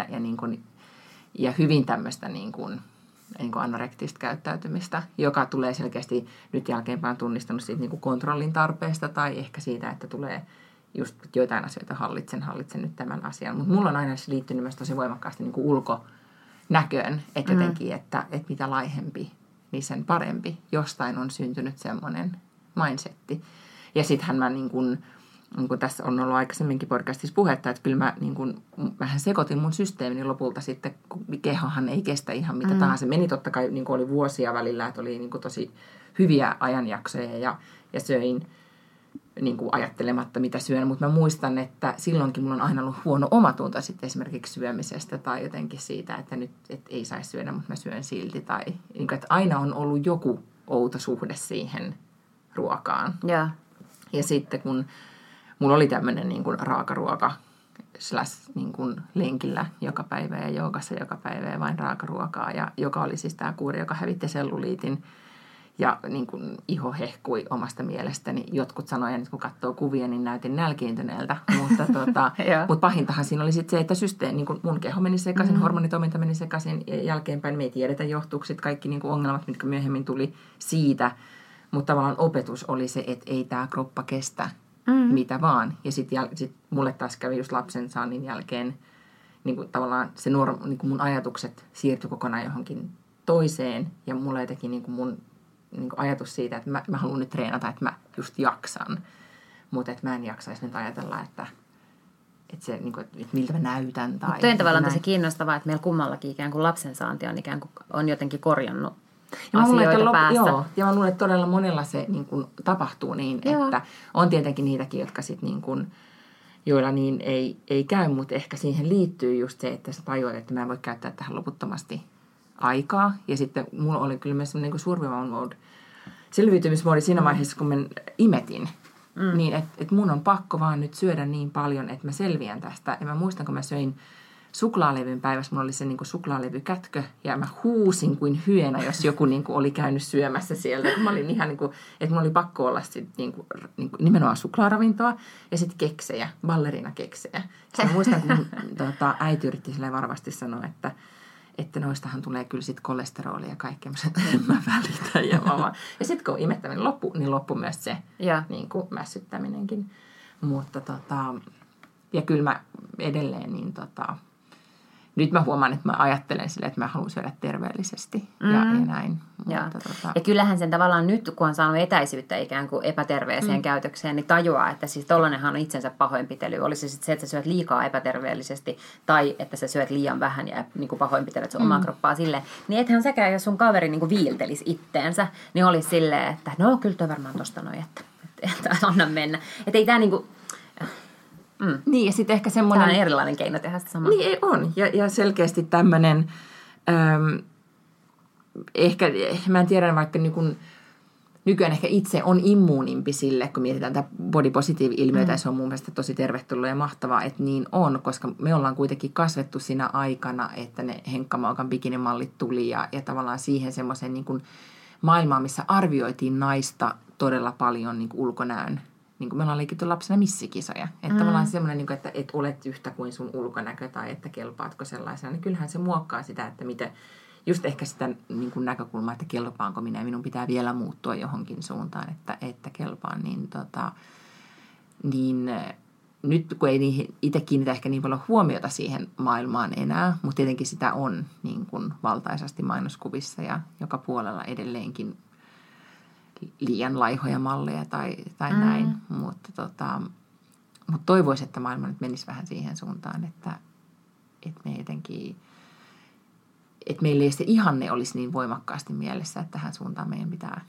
Ja hyvin tämmöistä niin kuin anorektista käyttäytymistä, joka tulee selkeästi nyt jälkeenpäin tunnistanut siitä niin kuin kontrollin tarpeesta tai ehkä siitä, että tulee just joitain asioita hallitsen nyt tämän asian. Mutta mulla on aina liittynyt myös tosi voimakkaasti niin kuin ulkonäköön, että jotenkin, että mitä laihempi, niin sen parempi. Jostain on syntynyt semmoinen mindsetti. Ja sittenhän mä niin kuin tässä on ollut aikaisemminkin podcastissa puhetta, että kyllä mähän sekoitin mun systeemini lopulta sitten, kun kehohan ei kestä ihan mitä tahansa. Meni totta kai, niin kuin oli vuosia välillä, että oli niin kuin tosi hyviä ajanjaksoja ja söin niin kuin ajattelematta, mitä syön. Mutta mä muistan, että silloinkin mulla on aina ollut huono omatunto sitten esimerkiksi syömisestä tai jotenkin siitä, että nyt ei saisi syödä, mutta mä syön silti. Tai niin kuin, että aina on ollut joku outo suhde siihen ruokaan. Yeah. Ja sitten kun mulla oli tämmöinen niin kuin raakaruoka niin kuin lenkillä joka päivä ja joogassa joka päivä ja vain raakaruokaa. Ja joka oli siis tämä kuuri, joka hävitti selluliitin. Ja niin kuin iho hehkui omasta mielestäni. Jotkut sanoivat, että kun katsoo kuvia, niin näytin nälkiintyneeltä. Mutta pahintahan siinä oli sitten se, että systeemi, niin kuin mun keho meni sekaisin, hormonitoiminta meni sekaisin. Ja jälkeenpäin me ei tiedetä johtuuko kaikki niin kuin ongelmat, mitkä myöhemmin tuli siitä. Mutta tavallaan opetus oli se, että ei tämä kroppa kestä mitä vaan. Ja sitten mulle taas kävi just lapsen saannin jälkeen, niin kuin tavallaan se niin kuin mun ajatukset siirtyi kokonaan johonkin toiseen. Ja mulla teki niin kuin mun niin kuin ajatus siitä, että mä haluan nyt treenata, että mä just jaksan. Mutta että mä en jaksaisi nyt ajatella, että se, niin kuin, että miltä mä näytän. Tai toi on tavallaan tosi kiinnostavaa, että meillä kummallakin ikään kuin lapsensaanti on ikään kuin on jotenkin korjannut ja asioita päässä. Joo, ja mä luulen, että todella monella se niin kuin tapahtuu niin, että on tietenkin niitäkin, jotka sitten niin kuin, joilla niin ei käy, mutta ehkä siihen liittyy just se, että sä tajuat, että mä en voi käyttää tähän loputtomasti aikaa. Ja sitten mulla oli kyllä myös semmoinen niin kuin survival mode, selviytymismoodi siinä vaiheessa, kun mä imetin. Niin, että mun on pakko vaan nyt syödä niin paljon, että mä selviän tästä. Ja mä muistan, kun mä söin suklaalevyn päivässä, mulla oli se niin kuin suklaalevykätkö, ja mä huusin kuin hyena, jos joku niin kuin oli käynyt syömässä sieltä. Mä olin ihan niin kuin, että mulla oli pakko olla sit niin kuin nimenomaan suklaaravintoa, ja sitten keksejä, ballerinakeksejä. Sitten mä muistan, kun mun äiti yritti silleen varovasti sanoa, että noistahan tulee kyllä sitten kolesterolia ja kaikkea. Mä välitän ja sitten kun imettäminen loppui, niin loppui myös se niin kuin mässyttäminenkin. Mutta ja kyllä mä edelleen niin nyt mä huomaan, että mä ajattelen silleen, että mä haluan syödä terveellisesti ja näin. Ja kyllähän sen tavallaan nyt, kun on saanut etäisyyttä ikään kuin epäterveeseen käytökseen, niin tajuaa, että siis tollanenhan on itsensä pahoinpitely. Oli se sitten se, että sä syöt liikaa epäterveellisesti tai että sä syöt liian vähän ja niin kuin pahoinpitelet sun omaa kroppaa silleen. Niin ethän säkään, jos sun kaveri niin kuin viiltelisi itteensä, niin olisi silleen, että no kyllä toi varmaan tosta noin, että anna mennä. Että ei tää niinku... Niin, ja sitten ehkä semmoinen... Tämä on erilainen keino tehdä sitä samaa. Niin, on. Ja selkeästi tämmöinen... ehkä, mä en tiedä, vaikka niin kun, nykyään ehkä itse on immuunimpi sille, kun mietitään tätä body positive-ilmiötä, ja se on mun mielestä tosi tervetullut ja mahtavaa, että niin on, koska me ollaan kuitenkin kasvettu siinä aikana, että ne Henkka Maukan bikinimallit tuli, ja tavallaan siihen semmoiseen niin kun maailmaan, missä arvioitiin naista todella paljon niin kun ulkonäön. Niin kuin me ollaan leikitty lapsena missikisoja. Että tavallaan semmoinen, niin kuin, että et olet yhtä kuin sun ulkonäkö tai että kelpaatko sellaisena. Niin kyllähän se muokkaa sitä, että miten, just ehkä sitä niin kuin näkökulmaa, että kelpaanko minä ja minun pitää vielä muuttua johonkin suuntaan, että kelpaan. Niin nyt kun ei itse kiinnitä ehkä niin paljon huomiota siihen maailmaan enää, mutta tietenkin sitä on niin kuin valtaisasti mainoskuvissa ja joka puolella edelleenkin liian laihoja malleja tai näin, mutta toivoisin, että maailma nyt menisi vähän siihen suuntaan, että me jotenkin, että meillä ei se ihanne olisi niin voimakkaasti mielessä, että tähän suuntaan meidän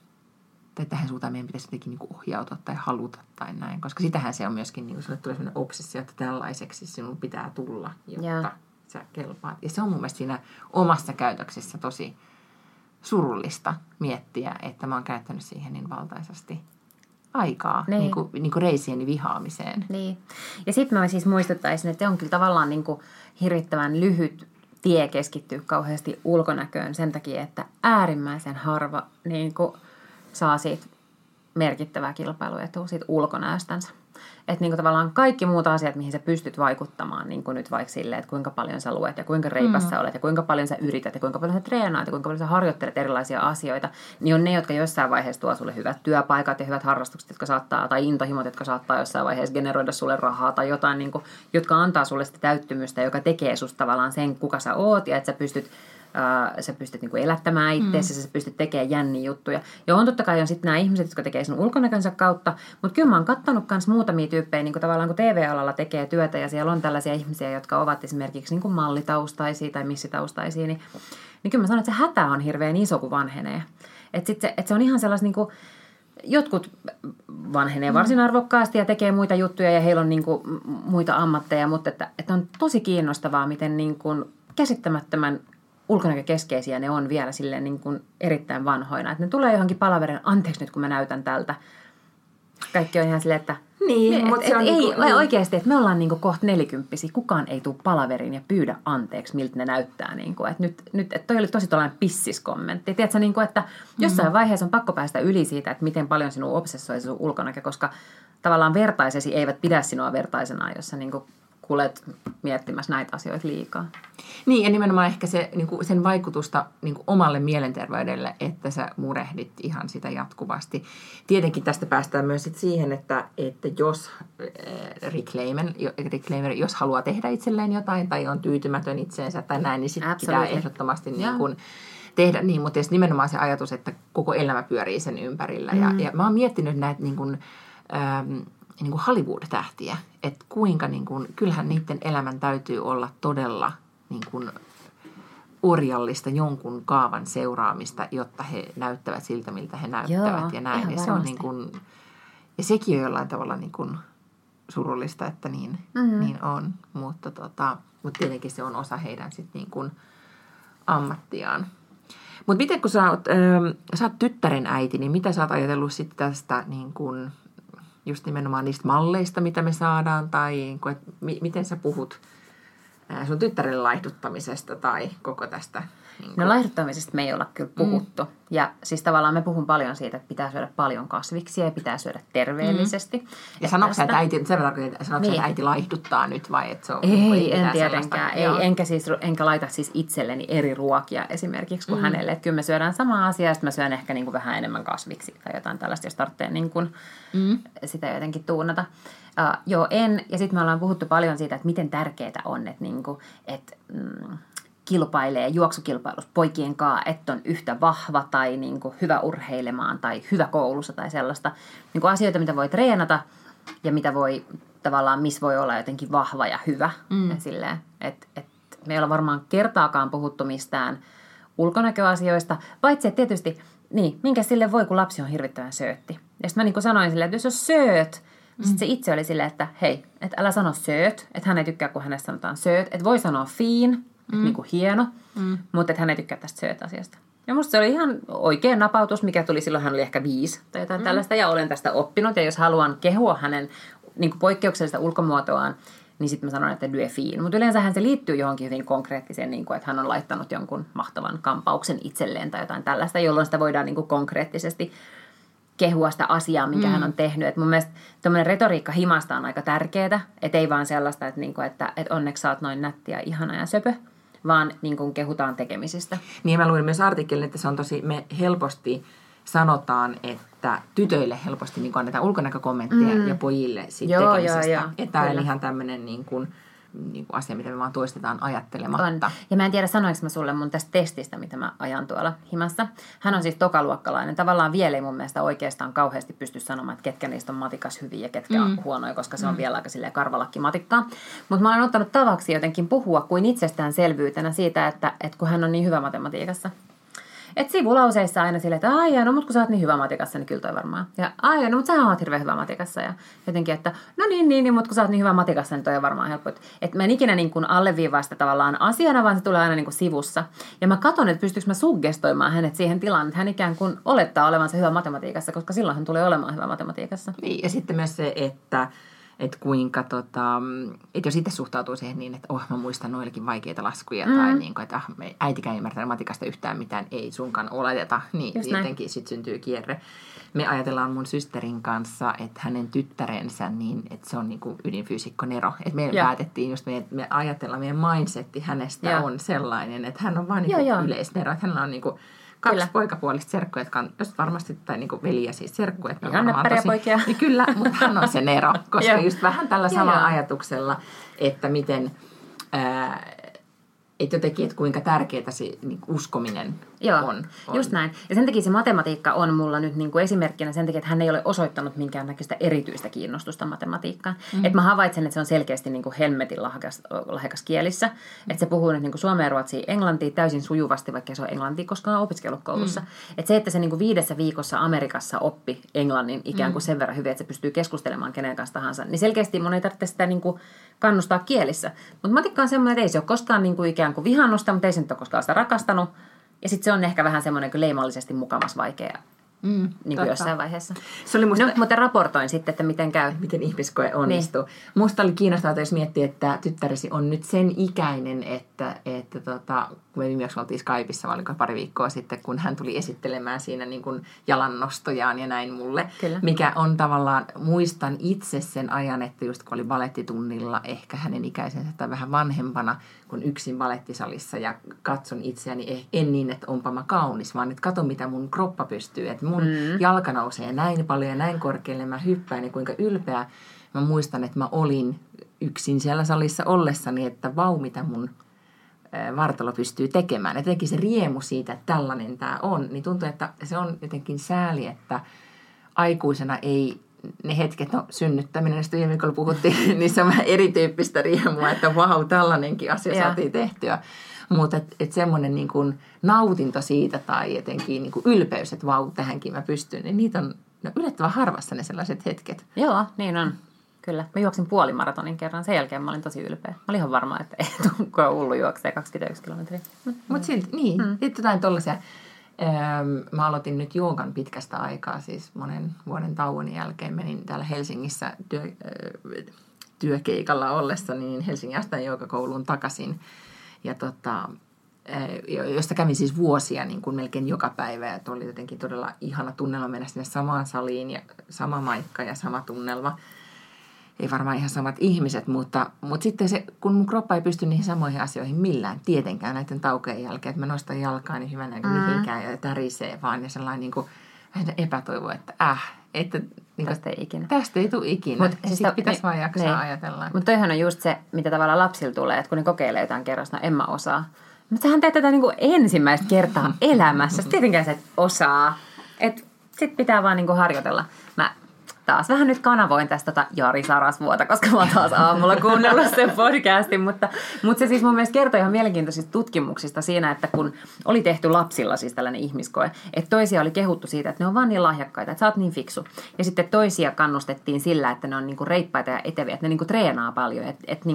pitäisi jotenkin niin kuin ohjautua tai haluta tai näin, koska sitähän se on myöskin, niin kuin sulle tulee sellainen obsessio, että tällaiseksi sinun pitää tulla, jotta sä kelpaat. Ja se on mun mielestä siinä omassa käytöksessä tosi surullista miettiä, että mä oon käyttänyt siihen niin valtaisasti aikaa niin kuin reisieni vihaamiseen. Niin. Ja sitten mä siis muistuttaisin, että on kyllä tavallaan niin kuin hirvittävän lyhyt tie keskittyy kauheasti ulkonäköön sen takia, että äärimmäisen harva niin kuin saa siitä merkittävää kilpailuetua siitä ulkonäöstänsä. Että niin kuin tavallaan kaikki muut asiat, mihin sä pystyt vaikuttamaan, niin kuin nyt vaikka silleen, että kuinka paljon sä luet ja kuinka reipas sä olet ja kuinka paljon sä yrität ja kuinka paljon sä treenaat ja kuinka paljon sä harjoittelet erilaisia asioita, niin on ne, jotka jossain vaiheessa tuo sulle hyvät työpaikat ja hyvät harrastukset, jotka saattaa, tai intohimot, jotka saattaa jossain vaiheessa generoida sulle rahaa tai jotain, niin kuin, jotka antaa sulle sitä täyttymystä, joka tekee susta tavallaan sen, kuka sä oot ja että sä pystyt niin kuin elättämään itseäsi, sä pystyt tekemään jänniä juttuja. Ja on totta kai on sitten nämä ihmiset, jotka tekee sen ulkonäkönsä kautta, mutta kyllä mä oon kattonut myös muutamia tyyppejä, niin kuin tavallaan kun TV-alalla tekee työtä ja siellä on tällaisia ihmisiä, jotka ovat esimerkiksi niin kuin mallitaustaisia tai missitaustaisia, niin kyllä mä sanon, että se hätä on hirveän iso, kun vanhenee. Että se on ihan sellaista niin kuin, jotkut vanhenee varsin arvokkaasti ja tekee muita juttuja ja heillä on niin kuin muita ammatteja, mutta että on tosi kiinnostavaa, miten niin kuin käsittämättömän ulkonäkökeskeisiä ne on vielä silleen niin kuin erittäin vanhoina. Että ne tulee johonkin palaverin, anteeksi nyt kun mä näytän tältä. Kaikki on ihan silleen, että oikeasti, että me ollaan niin kuin kohta 40, kukaan ei tule palaveriin ja pyydä anteeksi, miltä ne näyttää. Niin kuin, että nyt että toi oli tosi tällainen pissiskommentti. Tiedätkö, niin kuin, että jossain vaiheessa on pakko päästä yli siitä, että miten paljon sinua obsessoi sun ulkonäkö, koska tavallaan vertaisesi eivät pidä sinua vertaisenaan, jos sä niin kuin kulet miettimässä näitä asioita liikaa. Niin, ja nimenomaan ehkä se, niin kuin sen vaikutusta niin kuin omalle mielenterveydelle, että sä murehdit ihan sitä jatkuvasti. Tietenkin tästä päästään myös sit siihen, että jos reclaimer, jos haluaa tehdä itselleen jotain tai on tyytymätön itseensä tai näin, niin sitten pitää ehdottomasti niin kuin tehdä niin, mutta nimenomaan se ajatus, että koko elämä pyörii sen ympärillä. Ja mä oon miettinyt näitä niin kuin Hollywood-tähtiä, että kuinka, niin kuin, kyllähän niiden elämän täytyy olla todella niin kuin orjallista jonkun kaavan seuraamista, jotta he näyttävät siltä, miltä he näyttävät ja näin. Ja, se on niin kuin, ja sekin on jollain tavalla niin kuin surullista, että niin on, mutta tietenkin se on osa heidän sit niin kuin ammattiaan. Mutta miten kun sä oot tyttären äiti, niin mitä sä oot ajatellut sitten tästä niin kuin just nimenomaan niistä malleista, mitä me saadaan, tai miten sä puhut sun tyttärelle laihduttamisesta tai koko tästä? No laihduttamisesta me ei olla kyllä puhuttu. Ja siis tavallaan me puhun paljon siitä, että pitää syödä paljon kasviksia ja pitää syödä terveellisesti. Ja sanoiko sä, että äiti laihduttaa nyt vai että se on? Ei, en tietenkään. Ei, enkä laita siis itselleni eri ruokia esimerkiksi kuin hänelle. Että kyllä me syödään samaa asiaa, sitten mä syön ehkä niin kuin vähän enemmän kasviksia tai jotain tällaista, jos tarvitsee niin kuin sitä jotenkin tuunata. Joo, en. Ja sitten me ollaan puhuttu paljon siitä, että miten tärkeää on, että, niinku, kilpailee juoksukilpailussa poikien kanssa, että on yhtä vahva tai niinku hyvä urheilemaan tai hyvä koulussa tai sellaista. Niinku asioita, mitä voi treenata ja mitä voi tavallaan, missä voi olla jotenkin vahva ja hyvä. Ja silleen, me ei olla varmaan kertaakaan puhuttu mistään ulkonäköasioista, paitsi että tietysti, niin, minkä sille voi, kun lapsi on hirvittävän söötti. Ja sitten mä niin sanoin silleen, että jos on sööt, sitten se itse oli silleen, että hei, että älä sano sööt, että hän ei tykkää, kun hänestä sanotaan sööt. Että voi sanoa fiin, että niin kuin hieno, mutta että hän ei tykkää tästä sööt-asiasta. Ja musta se oli ihan oikea napautus, mikä tuli silloin, hän oli ehkä 5 tai jotain tällaista. Ja olen tästä oppinut, ja jos haluan kehua hänen niin kuin poikkeuksellista ulkomuotoaan, niin sitten mä sanon, että du är fin. Mutta yleensähän se liittyy johonkin hyvin konkreettiseen, niin kuin, että hän on laittanut jonkun mahtavan kampauksen itselleen tai jotain tällaista, jolloin sitä voidaan niin kuin konkreettisesti kehua sitä asiaa, minkä hän on tehnyt. Et mun mielestä tuommoinen retoriikka himasta on aika tärkeää, että ei vaan sellaista, että onneksi sä oot noin nätti ja ihana ja söpö, vaan niin kuin kehutaan tekemisistä. Niin mä luin myös artikkelin, että se on me helposti sanotaan, että tytöille helposti niin annetaan ulkonäkökommentteja ja pojille sitten tekemisestä. Joo, että tämä on ihan tämmöinen niin kuin asia, mitä me vaan toistetaan ajattelematta. On. Ja mä en tiedä, sanoinko mä sulle mun tästä testistä, mitä mä ajan tuolla himassa. Hän on siis tokaluokkalainen. Tavallaan vielä ei mun mielestä oikeastaan kauheasti pysty sanomaan, että ketkä niistä on matikas hyviä ja ketkä on huonoja, koska se on vielä aika silleen karvalakkimatikkaa. Mutta mä olen ottanut tavaksi jotenkin puhua kuin itsestäänselvyytenä siitä, että kun hän on niin hyvä matematiikassa. Että sivulauseissa aina silleen, että aijaa, no mutta kun sä oot niin hyvä matikassa, niin kyllä toi varmaan. Ja aijaa, no mutta sähän oot hirveän hyvä matikassa. Ja jotenkin, että no niin, mutta kun sä oot niin hyvä matikassa, niin toi on varmaan helppo. Että mä en ikinä niin kuin alleviivaa sitä tavallaan asiana, vaan se tulee aina niin kuin sivussa. Ja mä katson, että pystyykö mä suggestoimaan hänet siihen tilaan, että hän ikään kuin olettaa olevansa hyvä matematiikassa, koska silloin hän tulee olemaan hyvä matematiikassa. Niin, ja sitten myös se, että kuinka, että jos itse suhtautuu siihen niin, että mä muistan noillekin vaikeita laskuja, tai niin kuin, että äitikään ei ymmärtänyt matikasta yhtään mitään, ei sunkaan oleteta, niin jotenkin sitten syntyy kierre. Me ajatellaan mun systerin kanssa, että hänen tyttärensä, niin että se on niin kuin ydinfyysikko Nero. Että me päätettiin just, me ajatellaan, meidän mindsetti hänestä on sellainen, että hän on vaan niin yleisnero, että hänellä on niin kuin 2 poikapuolista serkkuja, jotka on just varmasti, tai niin kuin veliä siis serkkuja. Ihan näppäriä poikia. Niin kyllä, mutta hän on se Nero, koska just vähän tällä samalla ajatuksella, että miten, että jotenkin, että kuinka tärkeää se niin uskominen on. Just näin. Ja sen takia se matematiikka on mulla nyt niin kuin esimerkkinä sen takia, että hän ei ole osoittanut minkäännäköistä erityistä kiinnostusta matematiikkaan. Että mä havaitsen, että se on selkeästi niin kuin helmetin lahjakas kielissä. Että se puhuu nyt niin kuin suomea, ruotsia, englantia täysin sujuvasti, vaikka se on englantia, koska on opiskellut koulussa. Että se, että se niin kuin 5 viikossa Amerikassa oppi englannin ikään kuin sen verran hyvin, että se pystyy keskustelemaan kenen kanssa tahansa, niin selkeästi mun ei tarvitse sitä niin kuin kannustaa kielissä. Mutta matikka on semmoinen, että ei se ole koskaan niin kuin ikään kuin vihannusta, mutta ei se nyt ole koskaan sitä rakastanut. Ja sitten se on ehkä vähän semmoinen kuin leimallisesti mukamas vaikea niin kuin jossain vaiheessa. Se oli musta... mutta raportoin sitten, että miten käy. Miten ihmiskoe onnistuu. Niin. Musta oli kiinnostavaa, jos miettii, että tyttäresi on nyt sen ikäinen, että kun me viimeksi oltiin Skypeissa, oliko pari viikkoa sitten, kun hän tuli esittelemään siinä niin kuin jalannostojaan ja näin mulle. Kyllä. Mikä on tavallaan, muistan itse sen ajan, että just kun oli balettitunnilla, ehkä hänen ikäisensä tai vähän vanhempana, kun yksin balettisalissa ja katson itseäni, en niin, että onpa mä kaunis, vaan että katon, mitä mun kroppa pystyy. Että mun jalka nousee näin paljon ja näin korkealle, mä hyppään ja kuinka ylpeä. Mä muistan, että mä olin yksin siellä salissa ollessani, että vau, mitä mun vartalo pystyy tekemään. Jotenkin se riemu siitä, että tällainen tämä on, niin tuntuu, että se on jotenkin sääli, että aikuisena ei ne hetket, synnyttäminen, josta viime viikolla puhuttiin, niin se on vähän erityyppistä riemua, että vau, tällainenkin asia saatiin tehtyä. Mutta et semmoinen niin kuin nautinto siitä tai jotenkin niin kuin ylpeys, että vau, tähänkin mä pystyn, niin niitä on yllättävän harvassa ne sellaiset hetket. Joo, niin on. Kyllä. Mä juoksin puolimaratonin kerran. Sen jälkeen mä olin tosi ylpeä. Mä olin ihan varma, että ei tule hullu juoksee 21 kilometriä. Mutta silti, niin. Sitten jotain tollaisia. Mä aloitin nyt joogan pitkästä aikaa, siis monen vuoden tauon jälkeen. Menin täällä Helsingissä työkeikalla ollessa, niin Helsingin Astan joogakouluun takaisin. Ja josta kävin siis vuosia niin kuin melkein joka päivä. Ja oli jotenkin todella ihana tunnelma mennä sinne samaan saliin ja sama maikka ja sama tunnelma. Ei varmaan ihan samat ihmiset, mutta sitten se, kun mun kroppa ei pysty niihin samoihin asioihin millään, tietenkään näiden taukojen jälkeen, että mä nostan jalkaani hyvänä kuin mihinkään ja tärisee vaan ja sellainen niin kuin, epätoivo, että että niin tästä ei ikinä. Tästä ei tule ikinä. Mutta siis pitäisi vaan jaksaa ajatella. Mutta toihan on just se, mitä tavallaan lapsilla tulee, että kun ne kokeilee jotain kerrasta, en mä osaa. Mutta sähän teet tätä niin kuin ensimmäistä kertaa elämässä. Tietenkään sä et osaa. Sit pitää vaan niin kuin harjoitella. Mä taas vähän nyt kanavoin tästä Jari Sarasvuota, koska mä oon taas aamulla kuunnellut sen podcastin, mutta se siis mun mielestä kertoi ihan mielenkiintoisista tutkimuksista siinä, että kun oli tehty lapsilla siis tällainen ihmiskoe, että toisia oli kehuttu siitä, että ne on vaan niin lahjakkaita, että sä oot niin fiksu. Ja sitten toisia kannustettiin sillä, että ne on niinku reippaita ja eteviä, että ne niinku treenaa paljon, että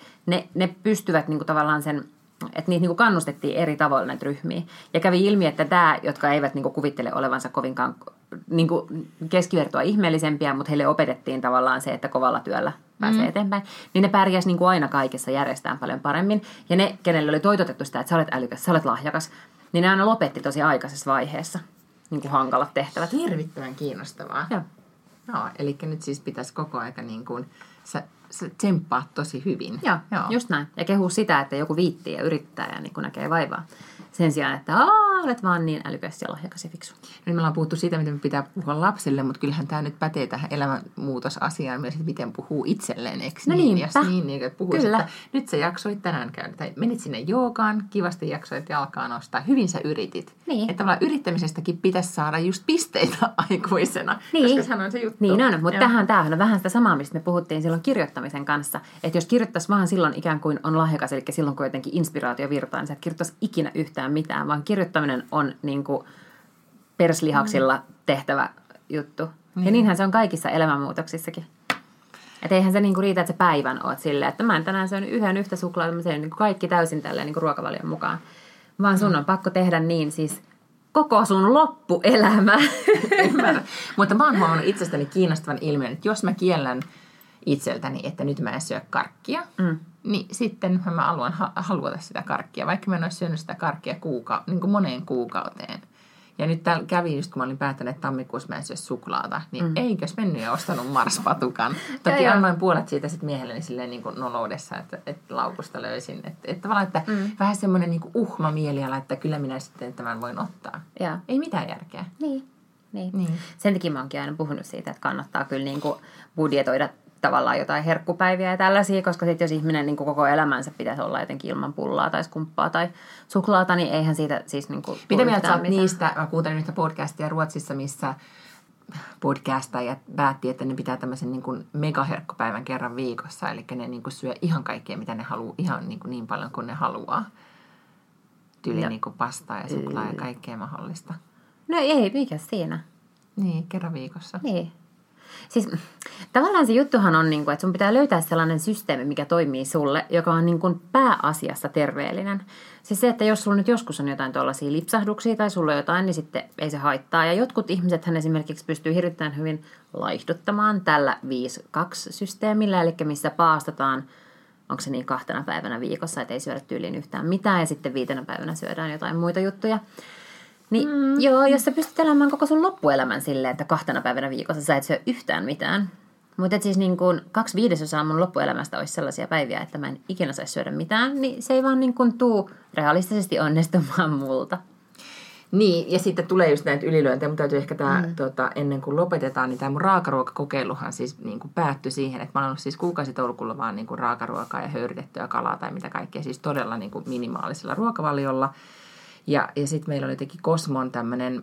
ne pystyvät niinku tavallaan sen, että niitä niinku kannustettiin eri tavoilla näitä ryhmiä. Ja kävi ilmi, että tämä, jotka eivät niinku kuvittele olevansa kovinkaan niinku keskivertoa ihmeellisempiä, mutta heille opetettiin tavallaan se, että kovalla työllä pääsee eteenpäin, niin ne pärjäs niinku aina kaikessa järjestään paljon paremmin. Ja ne, kenelle oli toitotettu sitä, että sä olet älykäs, sä olet lahjakas, niin ne aina lopetti tosi aikaisessa vaiheessa niinku hankalat tehtävät. Hirvittävän kiinnostavaa. Joo. No, eli nyt siis pitäisi koko aika niin kuin sä tsemppaa tosi hyvin. Joo, just näin. Ja kehuu sitä, että joku viittii ja yrittää ja niin kuin näkee vaivaa. Sen sijaan, että olet vaan niin älykäs ja lahjakas ja fiksu. Nyt me ollaan puhuttu siitä, miten me pitää puhua lapsille, mutta kyllähän tämä nyt pätee tähän elämänmuutosasiaan myös, että miten puhuu itselleen, eikö no niin? Niinpä. Niin, että puhuisi, että nyt sä jaksoit tänään käydä, tai menit sinne joogaan, kivasti jaksoit jalkaa nostaa, hyvin sä yritit. Niin. Että tavallaan yrittämisestäkin pitäisi saada just pisteitä aikuisena, koska sehän on se juttu. Niin on, mutta tämähän on vähän sitä samaa, mistä me puhuttiin silloin kirjoittamisen kanssa, että jos kirjoittaisi vaan silloin ikään kuin on lahjakas, eli silloin kun jotenkin inspiraatio virtaa, niin sä et kirjoittaisi ikinä yhtään mitään, vaan kirjoittaminen on niin kuin perslihaksilla tehtävä juttu. Ja niinhän se on kaikissa elämänmuutoksissakin. Että eihän se niinku riitä, että sä päivän oot silleen, että mä en tänään syönyt yhtä suklaata, mä syön niinku kaikki täysin tälleen niinku ruokavalion mukaan. Vaan sun on pakko tehdä niin siis koko sun loppuelämä. Ymmärrän. Mutta mä oon huomannut itsestäni kiinnostavan ilmiön, että jos mä kiellän itseltäni, että nyt mä en syö karkkia, niin sitten mä haluan sitä karkkia, vaikka mä en olisi syönyt sitä karkkia niin kuin moneen kuukauteen. Ja nyt täällä kävi just, kun mä olin päättänyt, että tammikuussa mä en syö suklaata, niin eikös mennyt ja ostanut Mars-patukan. Toki annoin puolet siitä sitten miehelleni silleen niin kuin noloudessa, että laukusta löysin. Että tavallaan, että vähän semmoinen niin kuin uhma mieliala, että kyllä minä sitten tämän voin ottaa. Ja. Ei mitään järkeä. Niin. Sen takia mä oonkin aina puhunut siitä, että kannattaa kyllä niin kuin budjetoida tavallaan jotain herkkupäiviä ja tällaisia, koska sitten jos ihminen niin kuin koko elämänsä pitäisi olla jotenkin ilman pullaa tai skumppaa tai suklaata, niin eihän siitä siis niin kuin mitä mieltä sä oot niistä? Mä kuuntelin yhtä podcastia Ruotsissa, missä podcastajat päätti, että ne pitää tämmöisen niin kuin megaherkkupäivän kerran viikossa, eli ne niin kuin syö ihan kaikkea, mitä ne haluaa, ihan niin paljon kuin ne haluaa. Tyyli niin kuin pastaa ja suklaa ja kaikkea mahdollista. No ei, mikä siinä? Niin, kerran viikossa. Niin. Siis tavallaan se juttuhan on, niin kuin, että sun pitää löytää sellainen systeemi, mikä toimii sulle, joka on niin kuin pääasiassa terveellinen. Siis se, että jos sulla nyt joskus on jotain tuollaisia lipsahduksia tai sulla on jotain, niin sitten ei se haittaa. Ja jotkut ihmisethän esimerkiksi pystyy hirvittävän hyvin laihduttamaan tällä 5-2-systeemillä, eli missä paastotaan, onko se niin 2 päivänä viikossa, että ei syödä tyyliin yhtään mitään ja sitten 5 päivänä syödään jotain muita juttuja. Niin joo, jos sä pystyt elämään koko sun loppuelämän silleen, että 2 päivänä viikossa sä et syö yhtään mitään. Mutta siis niin kuin 2/5 mun loppuelämästä olisi sellaisia päiviä, että mä en ikinä saisi syödä mitään, niin se ei vaan niin kuin tuu realistisesti onnistumaan multa. Niin, ja sitten tulee just näitä ylilyöntejä. Mun täytyy ehkä ennen kuin lopetetaan, niin tämä mun raakaruokakokeiluhan siis niin kuin päättyi siihen, että mä oon ollut siis kuukausitolkulla vaan niin kuin raakaruokaa ja höyrytettyä kalaa tai mitä kaikkea, siis todella niin kuin minimaalisella ruokavaliolla. Ja sitten meillä oli jotenkin Cosmon tämmöinen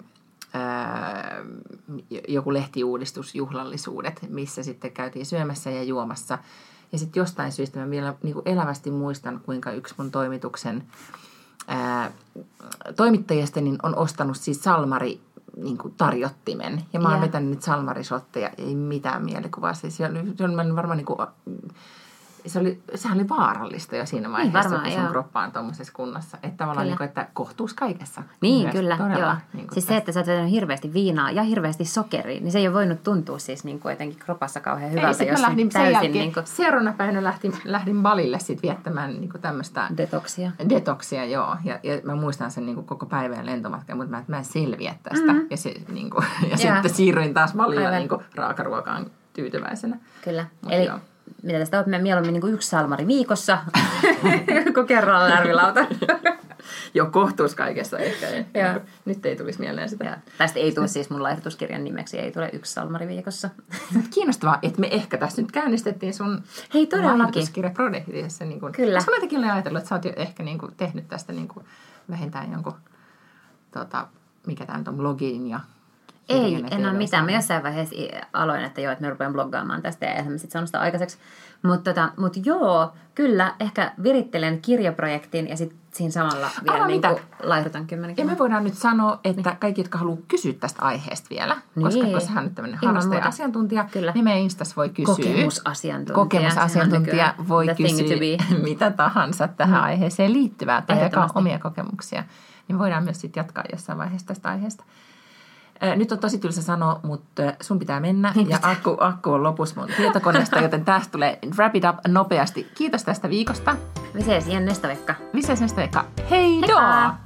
joku lehtiuudistus, juhlallisuudet, missä sitten käytiin syömässä ja juomassa. Ja sitten jostain syystä mä vielä niin kuin elävästi muistan, kuinka yksi mun toimituksen toimittajista niin on ostanut siis salmari niin kuin tarjottimen. Ja mä oon vetänyt nyt salmarisotteja, ei mitään mielikuvaa. Siis se oli varmaan niin kuin, sehän oli vaarallista jo siinä vaiheessa, kun sun kroppa on tuommoisessa kunnossa. Että tavallaan, niin kuin, että kohtuus kaikessa. Niin, kyllä. Joo. Niin siis se, että sä oot vetänyt hirveästi viinaa ja hirveästi sokeria, niin se ei ole voinut tuntua siis niin kuin etenkin kropassa kauhean hyvältä. Ei, lähdin täysin, sen jälkeen, niin kuin seuraavana päivänä lähdin Balille sit viettämään niin kuin tämmöistä detoksia, joo. Ja mä muistan sen niin kuin koko päivän lentomatkan, mutta mä en selviä tästä. Ja, niin kuin, ja sitten siirryin taas Balilla niin kuin raakaruokaan tyytyväisenä. Kyllä. Eli mitä tästä on? Mieluummin niin kuin 1 salmari viikossa, kun kerralla lärvilauta. Joo, kohtuus kaikessa ehkä. Nyt ei tulisi mieleen sitä. Ja tästä ei tule siis mun laihdutuskirjan nimeksi, ei tule 1 salmari viikossa. Kiinnostavaa, että me ehkä tässä nyt käynnistettiin sun laihdutuskirja Prodehtissä. Niin kyllä. Koska mä jotenkin olen ajatellut, että sä oot jo ehkä niin kuin tehnyt tästä niin kuin vähintään jonkun, mikä tämä nyt on, blogin ja ei enää mitään. Mä jossain vaiheessa aloin, että joo, että mä rupean bloggaamaan tästä ja eihän mä sitten saanut sitä aikaiseksi. Mutta joo, kyllä, ehkä virittelen kirjaprojektin ja sitten siinä samalla vielä niin laihdutan 10 kiloa. Ja me voidaan nyt sanoa, että kaikki, jotka haluaa kysyä tästä aiheesta vielä, koska sähän on nyt tämmöinen harrastaja ja asiantuntija, niin meidän Instas voi kysyä. Kokemusasiantuntija voi kysyä mitä tahansa tähän aiheeseen liittyvää tai jakaa omia kokemuksia. Niin voidaan myös sitten jatkaa jossain vaiheessa tästä aiheesta. Nyt on tosi tylsä sanoa, mutta sun pitää mennä ja akku on lopussa mun tietokoneesta, joten tästä tulee wrap it up nopeasti. Kiitos tästä viikosta. Vi ses igen nästa vecka. Hej då!